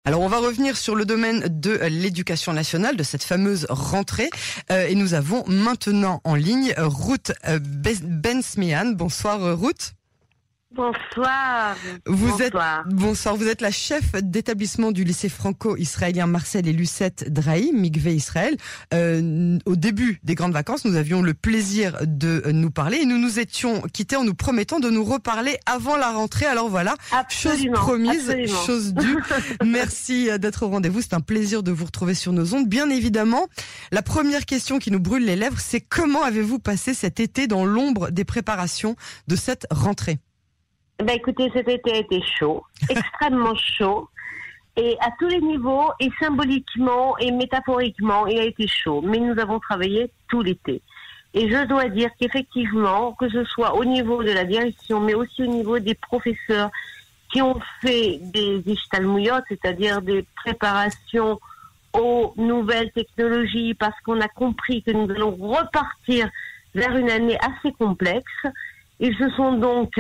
Alors on va revenir sur le domaine de l'éducation nationale, de cette fameuse rentrée. Et nous avons maintenant en ligne Ruth Bensmehan. Bonsoir Ruth. Bonsoir. Bonsoir. Vous êtes la chef d'établissement du lycée franco-israélien Marcel et Lucette Drahi, Mikvé Israël. Au début des grandes vacances, nous avions le plaisir de nous parler et nous nous étions quittés en nous promettant de nous reparler avant la rentrée. Alors voilà, absolument, chose promise, absolument. Chose due. Merci d'être au rendez-vous. C'est un plaisir de vous retrouver sur nos ondes. Bien évidemment, la première question qui nous brûle les lèvres, c'est comment avez-vous passé cet été dans l'ombre des préparations de cette rentrée ? Ben écoutez, cet été a été chaud, extrêmement chaud, et à tous les niveaux, et symboliquement et métaphoriquement, il a été chaud. Mais nous avons travaillé tout l'été. Et je dois dire qu'effectivement, que ce soit au niveau de la direction, mais aussi au niveau des professeurs qui ont fait des ishtalmouyot, c'est-à-dire des préparations aux nouvelles technologies, parce qu'on a compris que nous allons repartir vers une année assez complexe. Ils se sont donc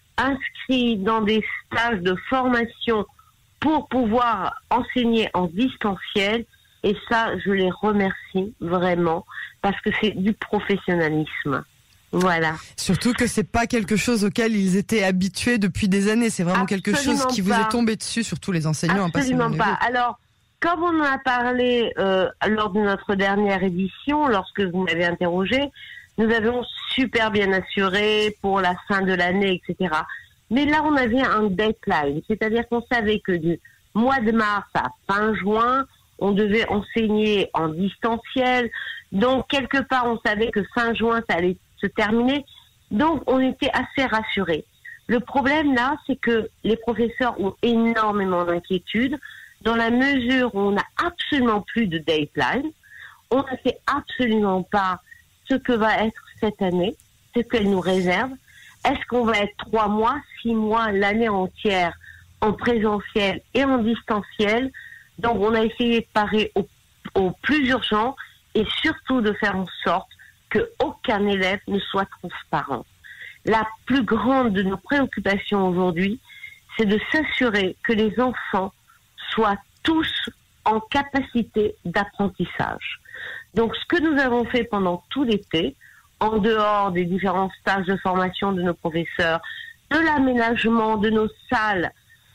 inscrits dans des stages de formation pour pouvoir enseigner en distanciel. Et ça, je les remercie vraiment parce que c'est du professionnalisme. Voilà. Surtout que c'est pas quelque chose auquel ils étaient habitués depuis des années. C'est vraiment quelque chose qui vous est tombé dessus, surtout les enseignants. Absolument pas. Alors, comme on en a parlé lors de notre dernière édition, lorsque vous m'avez interrogé, nous avions super bien assuré pour la fin de l'année, etc. Mais là, on avait un deadline, c'est-à-dire qu'on savait que du mois de mars à fin juin, on devait enseigner en distanciel. Donc, quelque part, on savait que fin juin, ça allait se terminer. Donc, on était assez rassurés. Le problème, là, c'est que les professeurs ont énormément d'inquiétudes dans la mesure où on n'a absolument plus de deadline. On ne sait absolument pas ce que va être cette année, ce qu'elle nous réserve. Est-ce qu'on va être 3 mois, 6 mois, l'année entière en présentiel et en distanciel? Donc, on a essayé de parer au plus urgent et surtout de faire en sorte qu'aucun élève ne soit transparent. La plus grande de nos préoccupations aujourd'hui, c'est de s'assurer que les enfants soient tous en capacité d'apprentissage. Donc, ce que nous avons fait pendant tout l'été, en dehors des différents stages de formation de nos professeurs, de l'aménagement de nos salles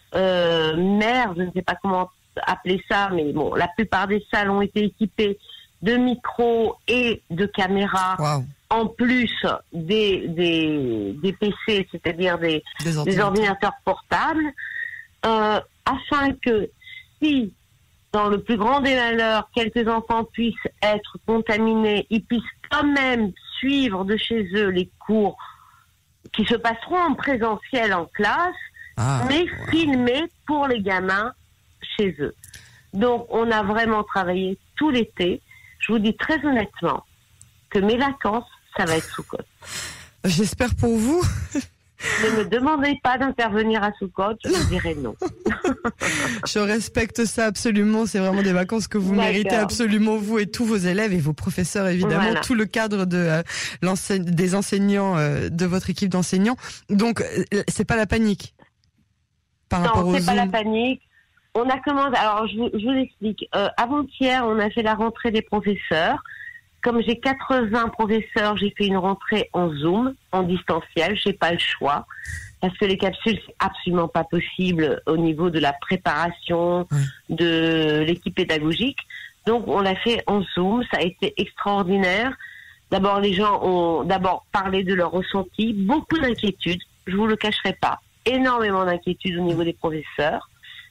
mères, je ne sais pas comment appeler ça, mais bon, la plupart des salles ont été équipées de micros et de caméras, en plus des PC, c'est-à-dire des ordinateurs portables, afin que si, dans le plus grand des malheurs, quelques enfants puissent être contaminés, ils puissent quand même suivre de chez eux les cours qui se passeront en présentiel en classe, mais filmés pour les gamins chez eux. Donc, on a vraiment travaillé tout l'été. Je vous dis très honnêtement que mes vacances, ça va être Soukhot. J'espère pour vous. Ne me demandez pas d'intervenir à Soukhot, je dirai non. Je respecte ça absolument. C'est vraiment des vacances que vous méritez absolument, vous et tous vos élèves et vos professeurs, évidemment, voilà. Tout le cadre de des enseignants, de votre équipe d'enseignants. Donc, c'est pas la panique par rapport aux Zoom. Non, c'est pas la panique. On a commencé. Alors, je vous explique. Avant-hier, on a fait la rentrée des professeurs. Comme j'ai 80 professeurs, j'ai fait une rentrée en Zoom, en distanciel. J'ai pas le choix parce que les capsules, c'est absolument pas possible au niveau de la préparation de l'équipe pédagogique. Donc, on l'a fait en Zoom. Ça a été extraordinaire. D'abord, les gens ont parlé de leur ressenti. Beaucoup d'inquiétudes. Je vous le cacherai pas. Énormément d'inquiétudes au niveau des professeurs.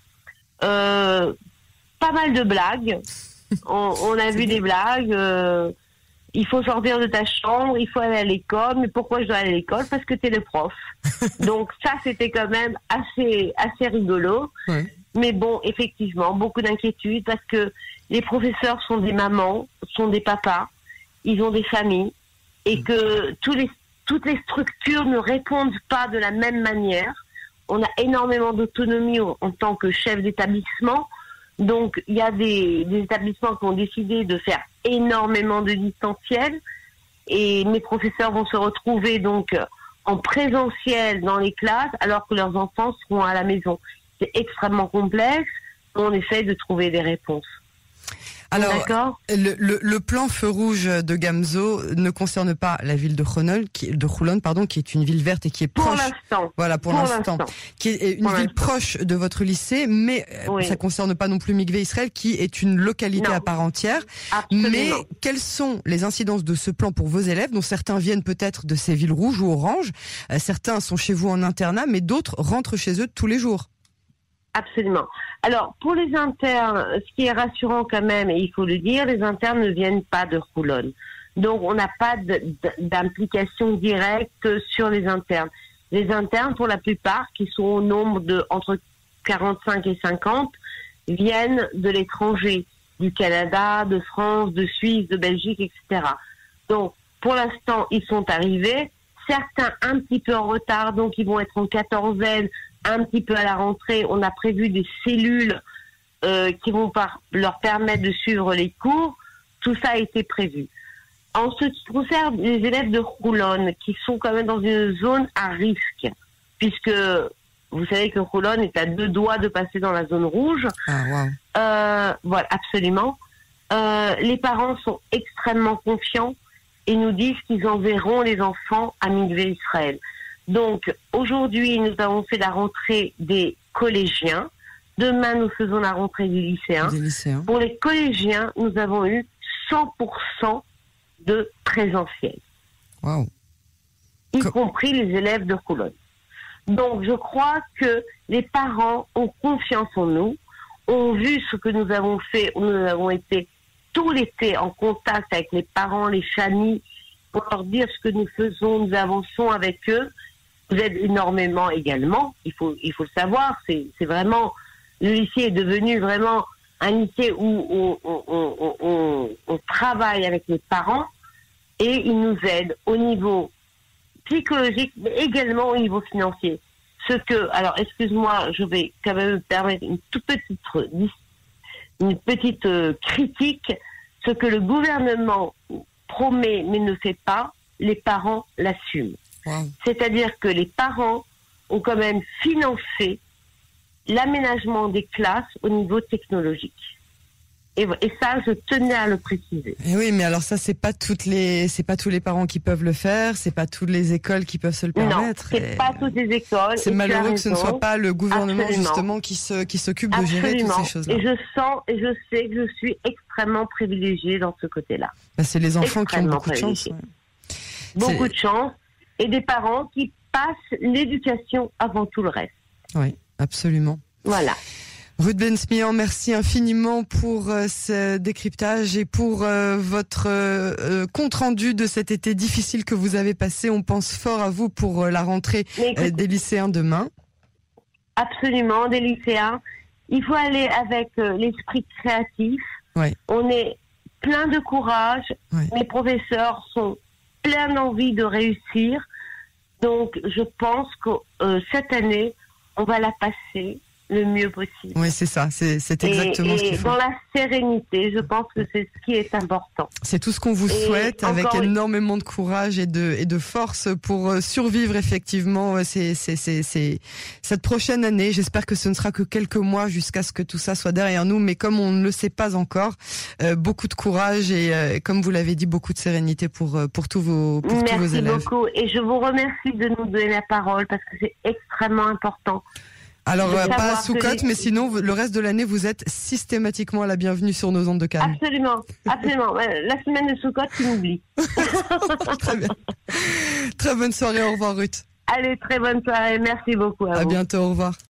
Pas mal de blagues. On a vu des blagues. Il faut sortir de ta chambre, il faut aller à l'école. Mais pourquoi je dois aller à l'école? Parce que t'es le prof. Donc ça, c'était quand même assez rigolo. Ouais. Mais bon, effectivement, beaucoup d'inquiétudes parce que les professeurs sont des mamans, sont des papas, ils ont des familles et que toutes les structures ne répondent pas de la même manière. On a énormément d'autonomie en tant que chef d'établissement. Donc, il y a des établissements qui ont décidé de faire énormément de distanciel et mes professeurs vont se retrouver donc en présentiel dans les classes alors que leurs enfants seront à la maison. C'est extrêmement complexe. on essaye de trouver des réponses. Alors, le plan feu rouge de Gamzo ne concerne pas la ville de Roulon, qui est une ville verte et qui est proche. Pour l'instant. Voilà, pour l'instant. Qui est une ville proche de votre lycée, mais ça concerne pas non plus Mikvé Israël, qui est une localité à part entière. Absolument. Mais quelles sont les incidences de ce plan pour vos élèves, dont certains viennent peut-être de ces villes rouges ou oranges, certains sont chez vous en internat, mais d'autres rentrent chez eux tous les jours? Absolument. Alors, pour les internes, ce qui est rassurant quand même, et il faut le dire, les internes ne viennent pas de Roulon. Donc, on n'a pas d'implication directe sur les internes. Les internes, pour la plupart, qui sont au nombre de entre 45 et 50, viennent de l'étranger, du Canada, de France, de Suisse, de Belgique, etc. Donc, pour l'instant, ils sont arrivés. Certains un petit peu en retard, donc ils vont être en quatorzaine, un petit peu à la rentrée. On a prévu des cellules qui vont leur permettre de suivre les cours. Tout ça a été prévu. En ce qui concerne les élèves de Roulon, qui sont quand même dans une zone à risque, puisque vous savez que Roulon est à 2 doigts de passer dans la zone rouge. Voilà, absolument. Les parents sont extrêmement confiants et nous disent qu'ils enverront les enfants à Mikvé Israël. Donc, aujourd'hui, nous avons fait la rentrée des collégiens. Demain, nous faisons la rentrée des lycéens. Pour les collégiens, nous avons eu 100% de présentiel. Wow. Y compris les élèves de Roulon. Donc, je crois que les parents ont confiance en nous, ont vu ce que nous avons fait. Nous avons été tout l'été en contact avec les parents, les familles, pour leur dire ce que nous faisons, nous avançons avec eux. Vous aide énormément également, il faut le savoir, c'est vraiment, le lycée est devenu vraiment un lycée où on travaille avec les parents et ils nous aident au niveau psychologique, mais également au niveau financier. Alors excuse-moi, je vais quand même me permettre une petite critique, ce que le gouvernement promet mais ne fait pas, les parents l'assument. Wow. C'est-à-dire que les parents ont quand même financé l'aménagement des classes au niveau technologique. Et ça, je tenais à le préciser. Et oui, mais alors ça, c'est pas tous les parents qui peuvent le faire, c'est pas toutes les écoles qui peuvent se le permettre. Non, c'est pas toutes les écoles. C'est malheureux que ce ne soit pas le gouvernement justement qui s'occupe de gérer toutes ces choses-là. Et je sais que je suis extrêmement privilégiée dans ce côté-là. C'est les enfants qui ont beaucoup de chance. Ouais. Beaucoup de chance. Et des parents qui passent l'éducation avant tout le reste. Oui, absolument. Voilà. Ruth Ben-Smian, merci infiniment pour ce décryptage et pour votre compte-rendu de cet été difficile que vous avez passé. On pense fort à vous pour la rentrée des lycéens demain. Absolument, des lycéens. Il faut aller avec l'esprit créatif. Ouais. On est plein de courage. Ouais. Les professeurs sont pleins d'envie de réussir. Donc, je pense que cette année, on va la passer le mieux possible. Oui, c'est ça. C'est exactement ce qu'il faut. Dans la sérénité, je pense que c'est ce qui est important. C'est tout ce qu'on vous souhaite, avec énormément de courage et de force pour survivre effectivement cette prochaine année. J'espère que ce ne sera que quelques mois jusqu'à ce que tout ça soit derrière nous, mais comme on ne le sait pas encore, beaucoup de courage et comme vous l'avez dit, beaucoup de sérénité pour tous vos élèves. Merci beaucoup et je vous remercie de nous donner la parole parce que c'est extrêmement important. Alors, pas à Soukot, mais sinon, le reste de l'année, vous êtes systématiquement à la bienvenue sur nos ondes de Cannes. Absolument, absolument. La semaine de Soukot, tu m'oublies. Très bien. Très bonne soirée, au revoir Ruth. Allez, très bonne soirée, merci beaucoup à vous. À bientôt, au revoir.